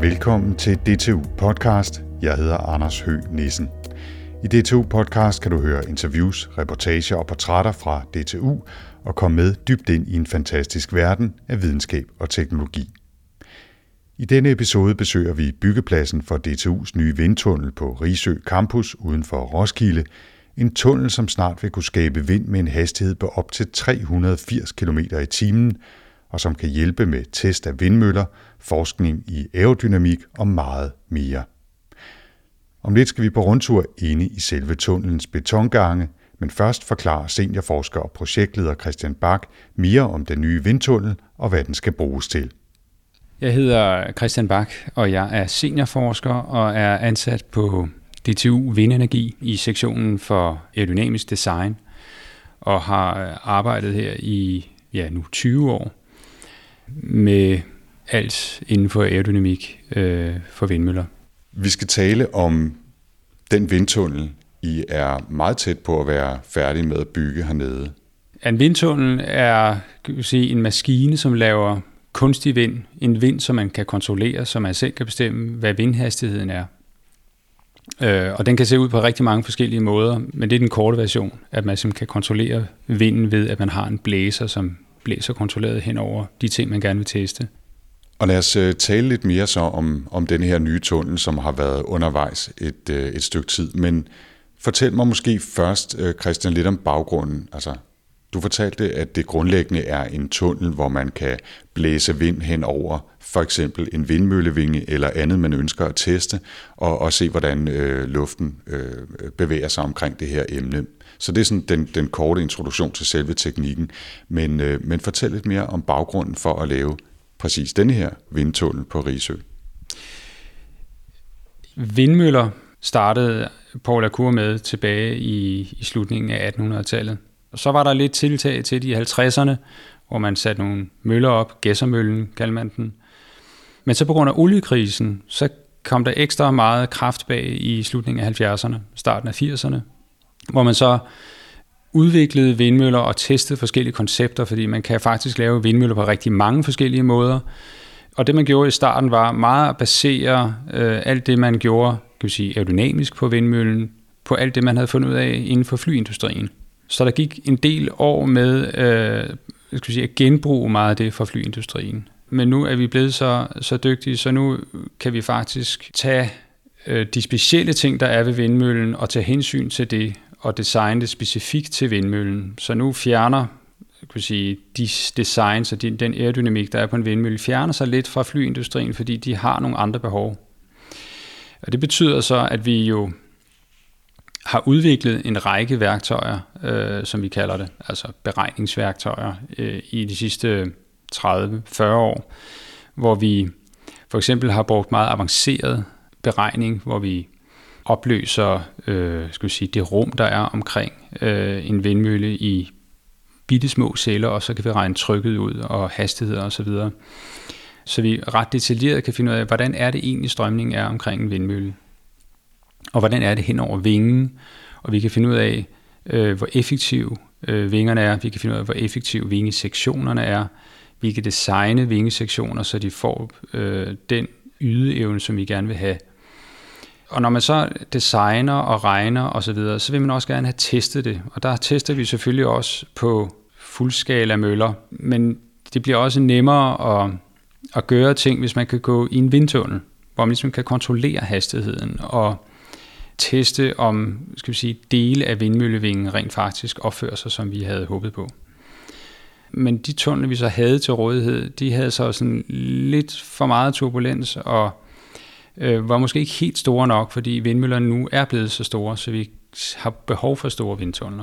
Velkommen til DTU Podcast. Jeg hedder Anders Høgh Nissen. I DTU Podcast kan du høre interviews, reportager og portrætter fra DTU og komme med dybt ind i en fantastisk verden af videnskab og teknologi. I denne episode besøger vi byggepladsen for DTU's nye vindtunnel på Risø Campus uden for Roskilde. En tunnel, som snart vil kunne skabe vind med en hastighed på op til 380 km i timen, og som kan hjælpe med test af vindmøller, forskning i aerodynamik og meget mere. Om lidt skal vi på rundtur inde i selve tunnelens betongange, men først forklarer seniorforsker og projektleder Christian Bach mere om den nye vindtunnel og hvad den skal bruges til. Jeg hedder Christian Bach, og jeg er seniorforsker og er ansat på DTU Vindenergi i sektionen for aerodynamisk design, og har arbejdet her i nu 20 år med alt inden for aerodynamik for vindmøller. Vi skal tale om den vindtunnel, I er meget tæt på at være færdig med at bygge hernede. En vindtunnel er en maskine, som laver kunstig vind. En vind, som man kan kontrollere, så man selv kan bestemme, hvad vindhastigheden er. Og den kan se ud på rigtig mange forskellige måder, men det er den korte version, at man simpelthen kan kontrollere vinden ved, at man har en blæser, som blæser kontrolleret hen over de ting, man gerne vil teste. Og lad os tale lidt mere så om den her nye tunnel, som har været undervejs et stykke tid. Men fortæl mig måske først, Christian, lidt om baggrunden. Altså, du fortalte, at det grundlæggende er en tunnel, hvor man kan blæse vind hen over for eksempel en vindmøllevinge eller andet, man ønsker at teste, og se, hvordan luften bevæger sig omkring det her emne. Så det er sådan den korte introduktion til selve teknikken. Men fortæl lidt mere om baggrunden for at lave præcis denne her vindtunnel på Risø. Vindmøller startede Paul Lacour med tilbage i slutningen af 1800-tallet. Og så var der lidt tiltag til de 50'erne, hvor man satte nogle møller op, Gæssermøllen kaldte man den. Men så på grund af oliekrisen, så kom der ekstra meget kraft bag i slutningen af 70'erne, starten af 80'erne, hvor man så udviklede vindmøller og testede forskellige koncepter, fordi man kan faktisk lave vindmøller på rigtig mange forskellige måder. Og det man gjorde i starten var meget at basere alt det, man gjorde aerodynamisk på vindmøllen, på alt det, man havde fundet ud af inden for flyindustrien. Så der gik en del år med at genbruge meget af det fra flyindustrien. Men nu er vi blevet så dygtige, så nu kan vi faktisk tage de specielle ting, der er ved vindmøllen, og tage hensyn til det, og designe det specifikt til vindmøllen. Så nu fjerner de designs og den aerodynamik, der er på en vindmølle, fjerner sig lidt fra flyindustrien, fordi de har nogle andre behov. Og det betyder så, at vi jo har udviklet en række værktøjer, som vi kalder det, altså beregningsværktøjer, i de sidste 30-40 år, hvor vi for eksempel har brugt meget avanceret beregning, hvor vi opløser det rum, der er omkring en vindmølle i bittesmå celler, og så kan vi regne trykket ud og hastigheder osv. Så vi ret detaljeret kan finde ud af, hvordan er det egentlig strømningen er omkring en vindmølle, og hvordan er det hen over vingen, og vi kan finde ud af, hvor effektiv vingerne er, vi kan finde ud af, hvor effektiv vingesektionerne er, vi kan designe vingesektioner, så de får den ydeevne, som vi gerne vil have. Og når man så designer og regner osv., så vil man også gerne have testet det. Og der tester vi selvfølgelig også på fuldskala møller, men det bliver også nemmere at gøre ting, hvis man kan gå i en vindtunnel, hvor man ligesom kan kontrollere hastigheden og teste om dele af vindmøllevingen rent faktisk opfører sig, som vi havde håbet på. Men de tunneler, vi så havde til rådighed, de havde så sådan lidt for meget turbulens og var måske ikke helt store nok, fordi vindmøllerne nu er blevet så store, så vi har behov for store vindtunneler.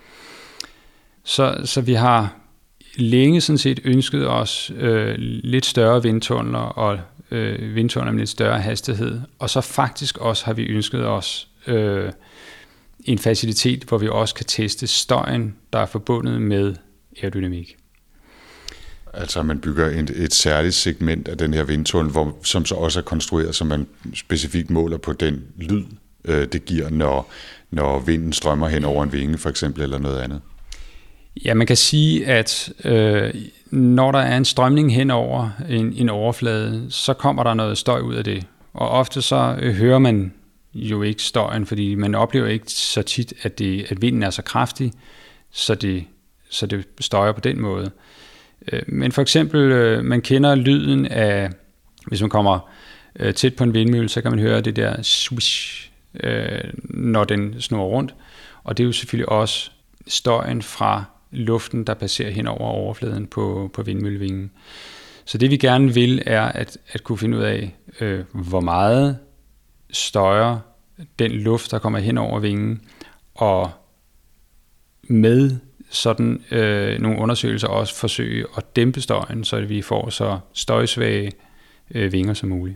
Så vi har længe sådan set ønsket os lidt større vindtunneler og vindtunneler med lidt større hastighed, og så faktisk også har vi ønsket os en facilitet, hvor vi også kan teste støjen, der er forbundet med aerodynamik. Altså man bygger et særligt segment af den her vindtunnel, som så også er konstrueret, så man specifikt måler på den lyd, det giver, når vinden strømmer hen over en vinge for eksempel, eller noget andet. Ja, man kan sige, at når der er en strømning hen over en overflade, så kommer der noget støj ud af det. Og ofte så hører man jo ikke støjen, fordi man oplever ikke så tit, at vinden er så kraftig, så det støjer på den måde. Men for eksempel, man kender lyden af, hvis man kommer tæt på en vindmølle, så kan man høre det der swish, når den snurrer rundt. Og det er jo selvfølgelig også støjen fra luften, der passerer hen over overfladen på vindmøllevingen. Så det vi gerne vil, er at kunne finde ud af, hvor meget støjer den luft, der kommer hen over vingen, og med sådan nogle undersøgelser også forsøge at dæmpe støjen, så vi får så støjsvage vinger som muligt.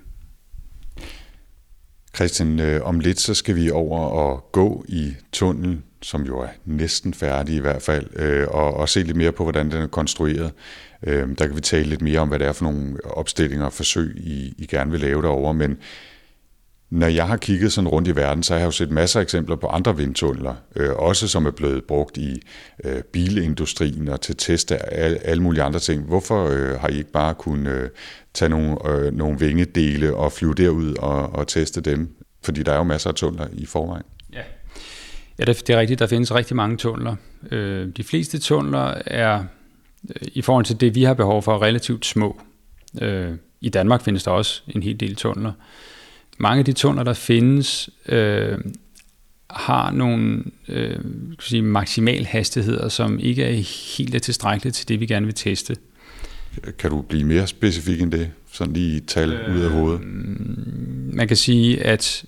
Christian, om lidt så skal vi over og gå i tunnelen, som jo er næsten færdig i hvert fald, og se lidt mere på, hvordan den er konstrueret. Der kan vi tale lidt mere om, hvad det er for nogle opstillinger og forsøg, I gerne vil lave derovre, men når jeg har kigget sådan rundt i verden, så har jeg jo set masser af eksempler på andre vindtunneler, også som er blevet brugt i bilindustrien og til test af alle mulige andre ting. Hvorfor har I ikke bare kunnet tage nogle vingedele og flyve derud og teste dem? Fordi der er jo masser af tunneler i forvejen. Ja, det er rigtigt. Der findes rigtig mange tunneler. De fleste tunneler er, i forhold til det, vi har behov for, relativt små. I Danmark findes der også en hel del tunneler. Mange af de tunneler, der findes, har nogle maksimal hastigheder, som ikke er helt tilstrækkelige til det, vi gerne vil teste. Kan du blive mere specifik end det? Sådan lige tal ud af hovedet. Man kan sige, at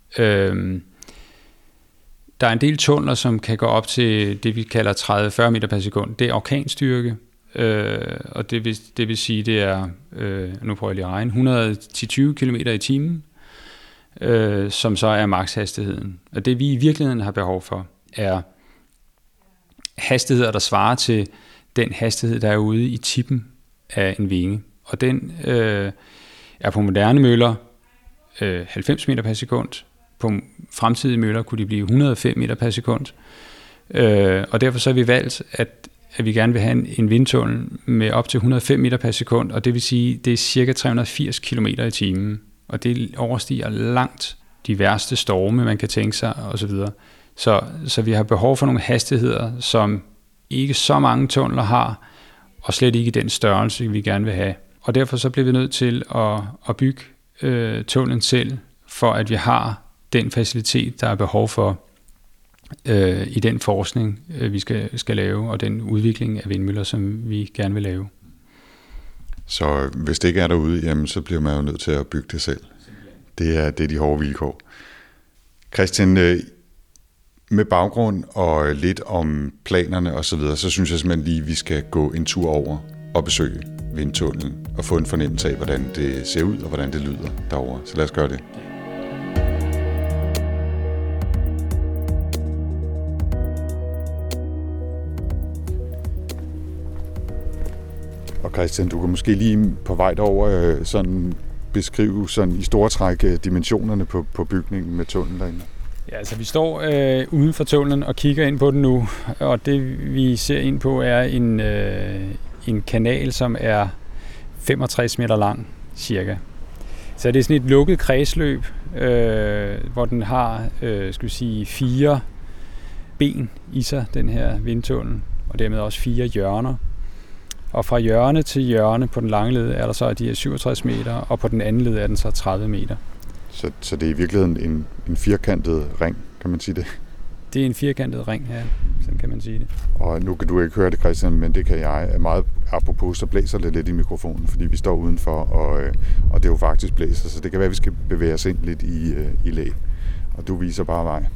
der er en del tunneler, som kan gå op til det, vi kalder 30-40 meter per sekund. Det er orkanstyrke, og det vil sige, det er, nu prøver jeg lige at regne, 110-20 km i timen, som så er makshastigheden. Og det vi i virkeligheden har behov for, er hastigheder, der svarer til den hastighed, der er ude i tippen af en vinge. Og den er på moderne møller 90 meter per sekund. På fremtidige møller kunne de blive 105 meter per sekund. Og derfor så har vi valgt, at vi gerne vil have en vindtunnel med op til 105 meter per sekund, og det vil sige, det er cirka 380 km i timen. Og det overstiger langt de værste storme, man kan tænke sig, osv. Så vi har behov for nogle hastigheder, som ikke så mange tunneler har, og slet ikke den størrelse, vi gerne vil have. Og derfor så bliver vi nødt til at bygge tunnelen selv, for at vi har den facilitet, der er behov for i den forskning, vi skal lave, og den udvikling af vindmøller, som vi gerne vil lave. Så hvis det ikke er derude, jamen, så bliver man jo nødt til at bygge det selv. Det er de hårde vilkår. Christian, med baggrund og lidt om planerne osv., så synes jeg simpelthen lige, at vi skal gå en tur over og besøge vindtunnelen og få en fornemmelse af, hvordan det ser ud og hvordan det lyder derovre. Så lad os gøre det. Og Christian, du kan måske lige på vej derover sådan beskrive sådan i store træk dimensionerne på bygningen med tunnelen derinde. Ja, altså vi står uden for tunnelen og kigger ind på den nu, og det vi ser ind på er en kanal, som er 65 meter lang cirka. Så det er sådan et lukket kredsløb, hvor den har 4 ben i sig, den her vindtunnel, og dermed også 4 hjørner. Og fra hjørne til hjørne på den lange led er der så de her 67 meter, og på den anden led er den så 30 meter. Så det er i virkeligheden en firkantet ring, kan man sige det? Det er en firkantet ring, ja, sådan kan man sige det. Og nu kan du ikke høre det, Christian, men det kan jeg. Meget apropos, så blæser det lidt i mikrofonen, fordi vi står udenfor, og det er jo faktisk blæser, så det kan være, at vi skal bevæge os ind lidt i læ. Og du viser bare vej.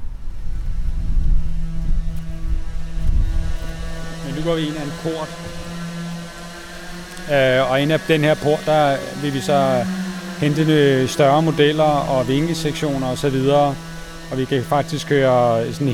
Men nu går vi ind ad en port. Og inde af den her port, der vil vi så hente større modeller og vingesektioner osv. Og vi kan faktisk køre sådan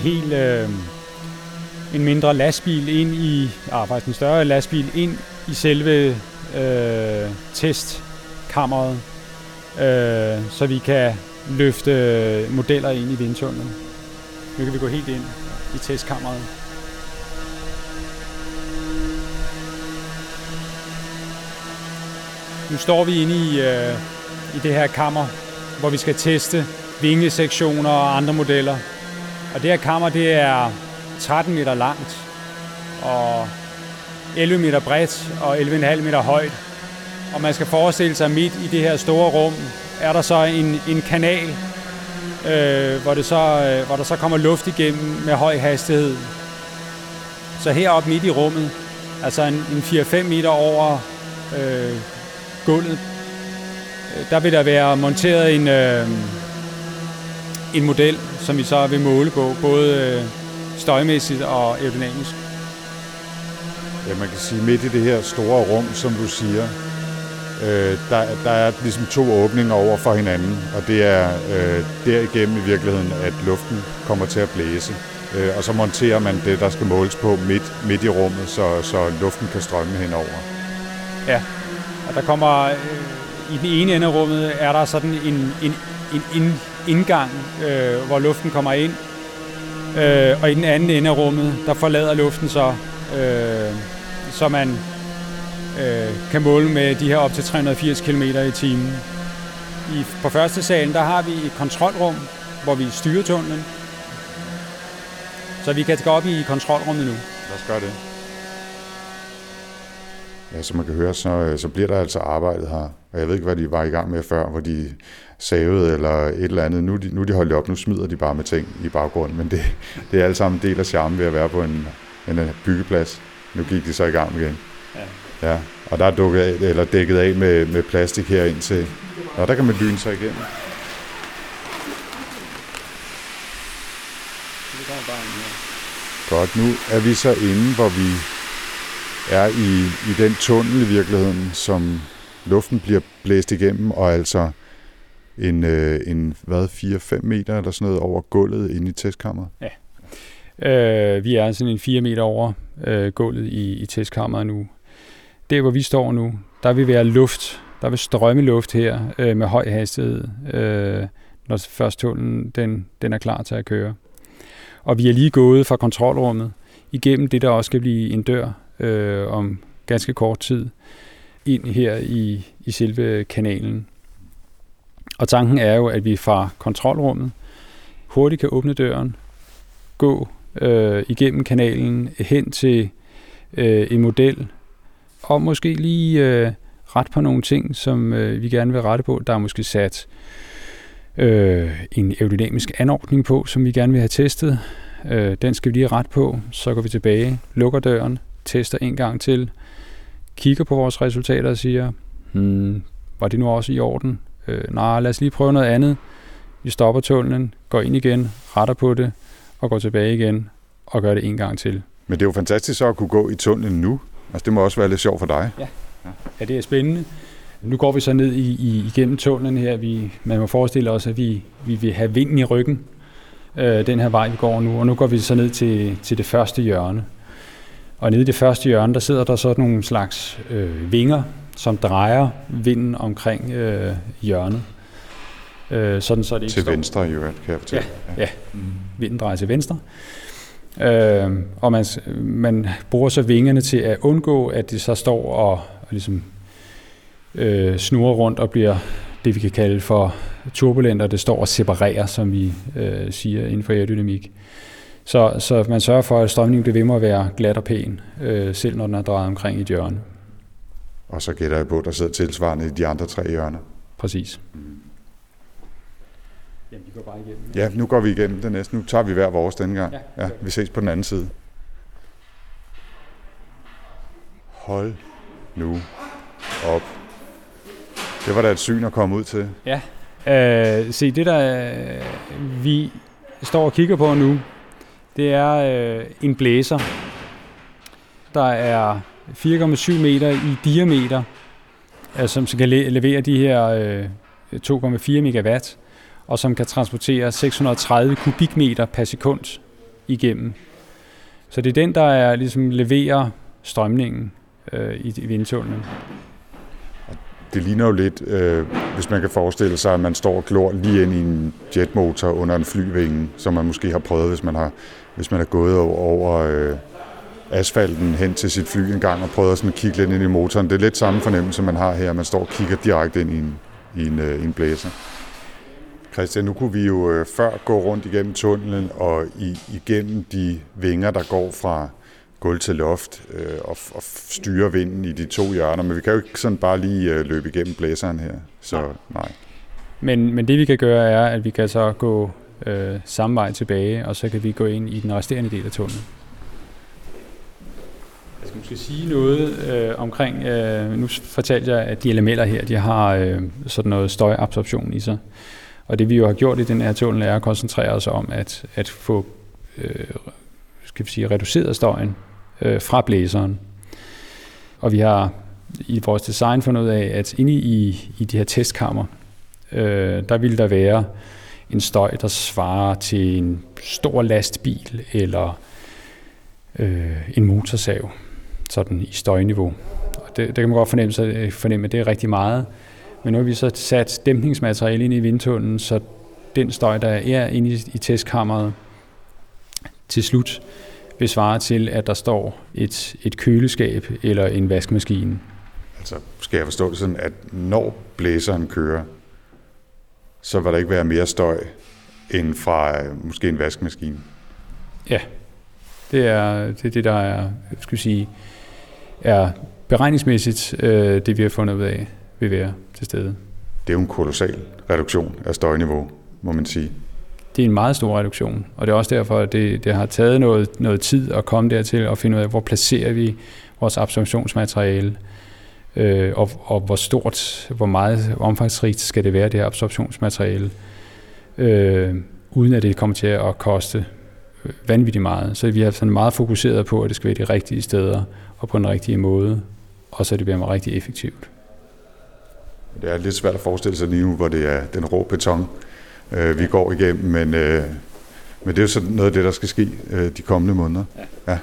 en mindre lastbil ind i, faktisk en større lastbil ind i selve testkammeret, så vi kan løfte modeller ind i vindtunnelen. Nu kan vi gå helt ind i testkammeret. Nu står vi inde i det her kammer, hvor vi skal teste vingesektioner og andre modeller. Og det her kammer, det er 13 meter langt og 11 meter bredt og 11,5 meter højt. Og man skal forestille sig, midt i det her store rum, er der så en kanal, hvor der så kommer luft igennem med høj hastighed. Så heroppe midt i rummet, altså en 4-5 meter over gulvet, der vil der være monteret en model, som vi så vil måle på, både støjmæssigt og aerodynamisk. Ja, man kan sige, midt i det her store rum, som du siger, der er ligesom 2 åbninger over for hinanden, og det er derigennem i virkeligheden, at luften kommer til at blæse. Og så monterer man det, der skal måles på midt i rummet, så luften kan strømme henover. Ja, og der kommer i den ene ende af rummet er der sådan en indgang, hvor luften kommer ind, og i den anden ende af rummet, der forlader luften så man kan måle med de her op til 380 km i timen. På første salen, der har vi et kontrolrum, hvor vi styrer tunnelen. Så vi kan gå op i kontrolrummet nu. Lad os gøre det. Ja, som man kan høre, så bliver der altså arbejdet her. Og jeg ved ikke, hvad de var i gang med før, hvor de savede eller et eller andet. Nu er de holdt op, nu smider de bare med ting i baggrunden. Men det er alt sammen en del af charmen ved at være på en byggeplads. Nu gik de så i gang igen. Ja, og der er dækket af med plastik her ind til. Og der kan man lyne sig igennem. Godt, nu er vi så inde, hvor vi er i den tunnel i virkeligheden, som luften bliver blæst igennem, og altså en 4-5 meter eller sådan noget over gulvet inde i testkammeret. Ja, vi er sådan en 4 meter over gulvet i testkammeret nu. Der, hvor vi står nu, der vil være luft. Der vil strømme luft her med høj hastighed, når først tunnelen den er klar til at køre. Og vi er lige gået fra kontrolrummet igennem det, der også skal blive en dør om ganske kort tid, ind her i selve kanalen. Og tanken er jo, at vi fra kontrolrummet hurtigt kan åbne døren, gå igennem kanalen hen til en model, og måske lige rette på nogle ting, som vi gerne vil rette på. Der er måske sat en aerodynamisk anordning på, som vi gerne vil have testet. Den skal vi lige rette på, så går vi tilbage, lukker døren, tester en gang til, kigger på vores resultater og siger, var det nu også i orden? Nej, lad os lige prøve noget andet. Vi stopper tunnelen, går ind igen, retter på det, og går tilbage igen, og gør det en gang til. Men det er jo fantastisk så at kunne gå i tunnelen nu. Altså det må også være lidt sjovt for dig. Ja, det er spændende. Nu går vi så ned igennem tunnelen her. Man må forestille os, at vi vil have vinden i ryggen, den her vej, vi går nu. Og nu går vi så ned til det første hjørne. Og nede i det første hjørne, der sidder der sådan nogle slags vinger, som drejer vinden omkring hjørnet. Sådan så det ikke til venstre i øvrigt, kan jeg fortælle. Ja. Vinden drejer til venstre. Og man bruger så vingerne til at undgå, at det så står og ligesom snurrer rundt og bliver det, vi kan kalde for turbulent, og det står og separerer, som vi siger inden for aerodynamik. Så man sørger for, at strømningen bliver ved med at være glat og pæn, selv når den er drejet omkring i et hjørne. Og så gætter jeg på, at der sidder tilsvarende i de andre 3 hjørner. Præcis. Jamen, vi går bare igennem. Ja, nu går vi igennem det næste. Nu tager vi hver vores denne gang. Ja, vi ses på den anden side. Hold nu op. Det var da et syn at komme ud til. Ja. Se, det der vi står og kigger på nu, det er en blæser, der er 4,7 meter i diameter, som kan levere de her 2,4 megawatt, og som kan transportere 630 kubikmeter per sekund igennem. Så det er den, der ligesom leverer strømningen i vindtunnelen. Det ligner jo lidt, hvis man kan forestille sig, at man står og glor lige ind i en jetmotor under en flyvinge, som man måske har prøvet, hvis man har gået over asfalten hen til sit fly en gang og prøvede sådan at kigge lidt ind i motoren. Det er lidt samme fornemmelse, man har her. Man står og kigger direkte ind i en blæser. Christian, nu kunne vi jo før gå rundt igennem tunnelen og igennem de vinger, der går fra gulv til loft og styre vinden i de to hjørner, men vi kan jo ikke sådan bare lige løbe igennem blæseren her, så nej. Men det vi kan gøre er, at vi kan så gå samme vej tilbage, og så kan vi gå ind i den resterende del af tunnelen. Jeg skal måske sige noget omkring, nu fortalte jeg, at de elementer her, de har sådan noget støjabsorption i sig. Og det vi jo har gjort i den her tunnel er at koncentrere os om at få reduceret støjen fra blæseren. Og vi har i vores design fundet ud af, at inde i de her testkammer, der vil der være en støj, der svarer til en stor lastbil eller en motorsav, sådan i støjniveau. Og det kan man godt fornemme, at det er rigtig meget. Men nu har vi så sat dæmpningsmateriale ind i vindtunnelen, så den støj, der er inde i testkammeret, til slut vil svare til, at der står et køleskab eller en vaskemaskine. Altså, skal jeg forstå det sådan, at når blæseren kører, så vil der ikke være mere støj end fra måske en vaskemaskine? Ja, det er det, der er beregningsmæssigt det, vi har fundet ud af, vil være til stede. Det er jo en kolossal reduktion af støjniveau, må man sige. Det er en meget stor reduktion, og det er også derfor, at det har taget noget tid at komme dertil og finde ud af, hvor placerer vi vores absorptionsmateriale, og hvor meget omfangsrigt skal det være, det her absorptionsmateriale, uden at det kommer til at koste vanvittigt meget. Så vi har sådan meget fokuseret på, at det skal være de rigtige steder og på den rigtige måde, og så det bliver rigtig effektivt. Det er lidt svært at forestille sig lige nu, hvor det er den rå beton, vi går igennem, men det er jo sådan noget af det, der skal ske de kommende måneder. Ja.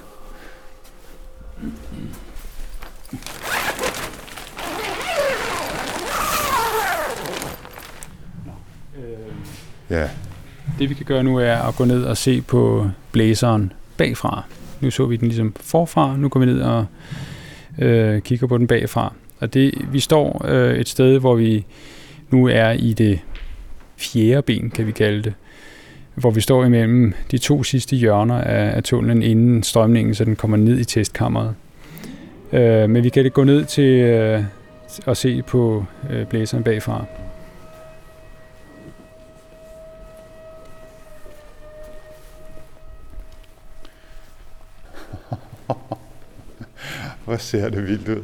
Ja. Det vi kan gøre nu er at gå ned og se på blæseren bagfra. Nu så vi den ligesom forfra, nu går vi ned og kigger på den bagfra. Og vi står et sted, hvor vi nu er i det fjerde ben, kan vi kalde det, hvor vi står imellem de to sidste hjørner af tunnelen inden strømningen, så den kommer ned i testkammeret. Men vi kan gå ned til at se på blæseren bagfra. Hvor ser det vildt ud.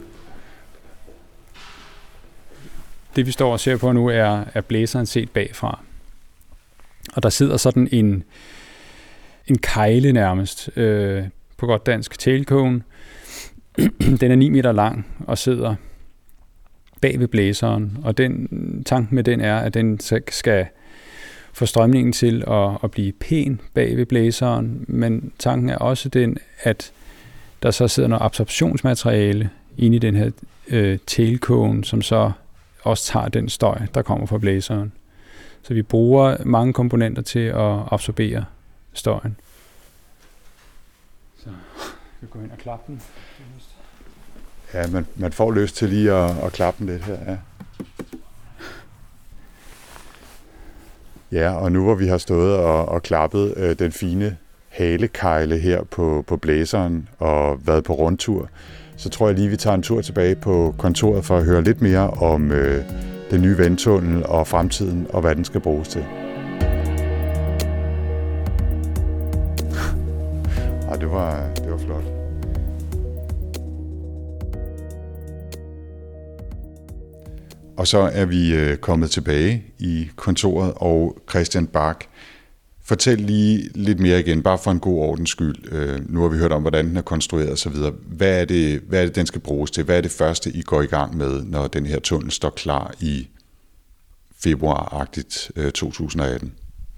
Det vi står og ser på nu er blæseren set bagfra. Og der sidder sådan en kejle nærmest, på godt dansk tailcone. Den er 9 meter lang og sidder bag ved blæseren. Og tanken med den er, at den skal få strømningen til at blive pæn bag ved blæseren. Men tanken er også den, at der så sidder noget absorptionsmateriale inde i den her tailcone, som så også tager den støj, der kommer fra blæseren. Så vi bruger mange komponenter til at absorbere støjen. Så vi går ind og klappe den. Ja, man får lyst til lige at klappe den lidt her. Ja. Ja, og nu hvor vi har stået og klappet den fine halekejle her på blæseren og været på rundtur, så tror jeg lige, vi tager en tur tilbage på kontoret for at høre lidt mere om den nye vandtunnel og fremtiden og hvad den skal bruges til. Det var flot. Og så er vi kommet tilbage i kontoret, og Christian Bach, fortæl lige lidt mere igen, bare for en god ordens skyld. Nu har vi hørt om, hvordan den er konstrueret osv. Hvad er det, den skal bruges til? Hvad er det første, I går i gang med, når den her tunnel står klar i februar-agtigt 2018?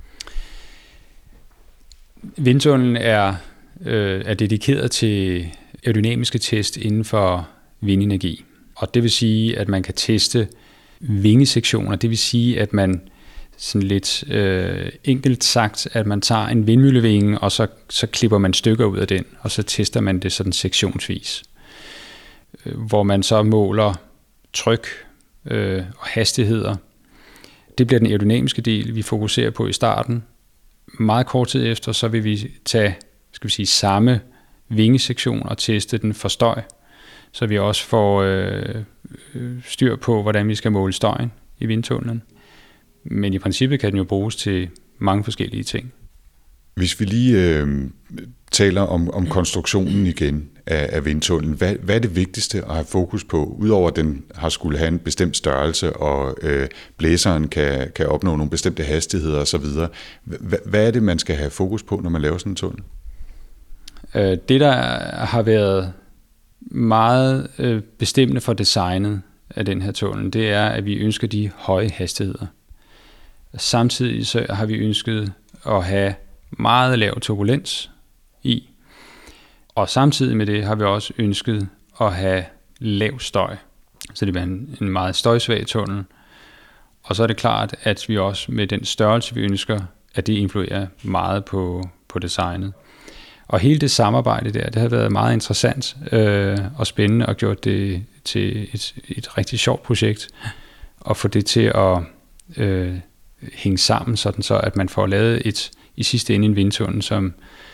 Vindtunnelen er dedikeret til aerodynamiske test inden for vindenergi. Og det vil sige, at man kan teste vingesektioner. Det vil sige, at man sådan lidt enkelt sagt, at man tager en vindmøllevinge, og så klipper man stykker ud af den, og så tester man det sådan sektionsvis. Hvor man så måler tryk og hastigheder. Det bliver den aerodynamiske del, vi fokuserer på i starten. Meget kort tid efter, så vil vi tage samme vingesektion og teste den for støj, så vi også får styr på, hvordan vi skal måle støjen i vindtunnelen. Men i princippet kan den jo bruges til mange forskellige ting. Hvis vi lige taler om konstruktionen igen af vindtunnelen, hvad er det vigtigste at have fokus på, udover at den har skulle have en bestemt størrelse, og blæseren kan opnå nogle bestemte hastigheder osv.? Hvad er det, man skal have fokus på, når man laver sådan en tunnel? Det, der har været meget bestemmende for designet af den her tunnel, det er, at vi ønsker de høje hastigheder. Samtidig så har vi ønsket at have meget lav turbulens i, og samtidig med det har vi også ønsket at have lav støj, så det bliver en meget støjsvag tunnel. Og så er det klart, at vi også med den størrelse, vi ønsker, at det influerer meget på designet. Og hele det samarbejde der, det har været meget interessant og spændende, og gjort det til et rigtig sjovt projekt, og få det til at hænge sammen, sådan så at man får lavet i sidste ende en vindtunnel, som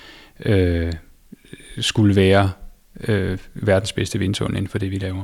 skulle være verdens bedste vindtunnel inden for det, vi laver.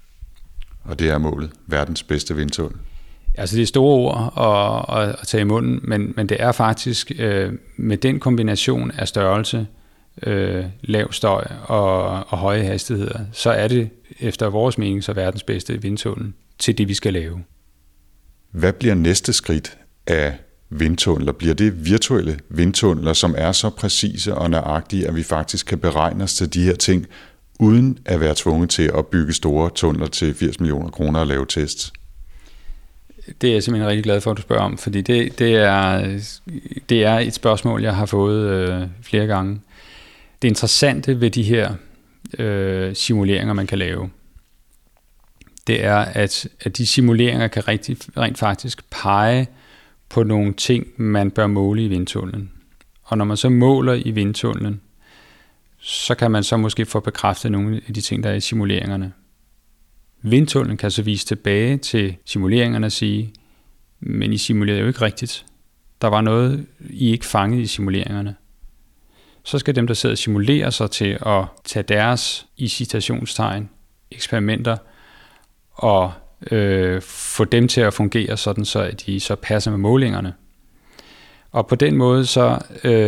Og det er målet, verdens bedste vindtunnel? Altså det er store ord at tage i munden, men det er faktisk med den kombination af størrelse, lav støj og høje hastigheder, så er det efter vores mening så verdens bedste vindtunnel til det, vi skal lave. Hvad bliver næste skridt af vindtunneler? Bliver det virtuelle vindtunneler, som er så præcise og nøjagtige, at vi faktisk kan beregne os til de her ting, uden at være tvunget til at bygge store tunneler til 80 millioner kroner og lave tests? Det er jeg simpelthen rigtig glad for, at du spørger om, fordi det er et spørgsmål, jeg har fået flere gange. Det interessante ved de her simuleringer, man kan lave, det er, at de simuleringer kan rent faktisk pege på nogle ting, man bør måle i vindtunnelen. Og når man så måler i vindtunnelen, så kan man så måske få bekræftet nogle af de ting, der er i simuleringerne. Vindtunnelen kan så vise tilbage til simuleringerne og sige, men I simulerede jo ikke rigtigt. Der var noget, I ikke fangede i simuleringerne. Så skal dem, der sidder og simulerer sig til at tage deres, i citationstegn, eksperimenter, og få dem til at fungere sådan, så at de så passer med målingerne. Og på den måde så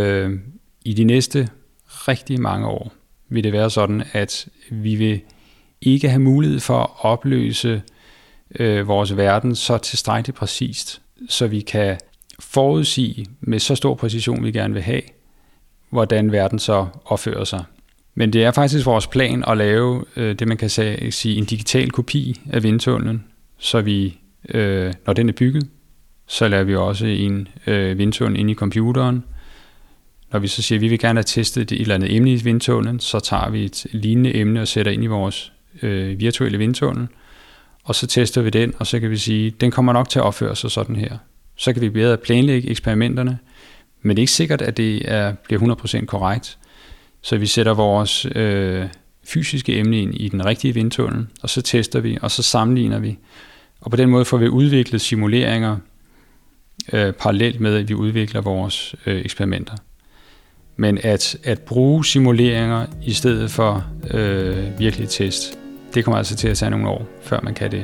i de næste rigtig mange år vil det være sådan, at vi vil ikke have mulighed for at opløse vores verden så tilstrækkeligt præcist, så vi kan forudsige med så stor præcision, vi gerne vil have, hvordan verden så opfører sig. Men det er faktisk vores plan at lave det, man kan sige en digital kopi af vindtunnelen, så vi, når den er bygget, så laver vi også en vindtunnel ind i computeren. Når vi så siger, at vi vil gerne have testet et eller andet emne i vindtunnelen, så tager vi et lignende emne og sætter ind i vores virtuelle vindtunnel, og så tester vi den, og så kan vi sige, at den kommer nok til at opføre sig sådan her. Så kan vi bedre planlægge eksperimenterne, men det er ikke sikkert, at det bliver 100% korrekt. Så vi sætter vores fysiske emne ind i den rigtige vindtunnel, og så tester vi, og så sammenligner vi. Og på den måde får vi udviklet simuleringer parallelt med, at vi udvikler vores eksperimenter. Men at bruge simuleringer i stedet for virkelig test, det kommer altså til at tage nogle år, før man kan det.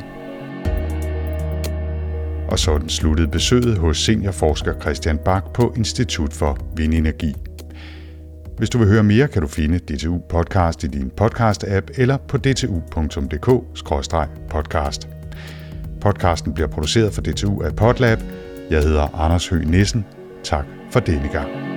Og sådan sluttede besøget hos seniorforsker Christian Bach på Institut for Vindenergi. Hvis du vil høre mere, kan du finde DTU Podcast i din podcast-app eller på dtu.dk/podcast. Podcasten bliver produceret for DTU af Podlab. Jeg hedder Anders Høgh Nissen. Tak for denne gang.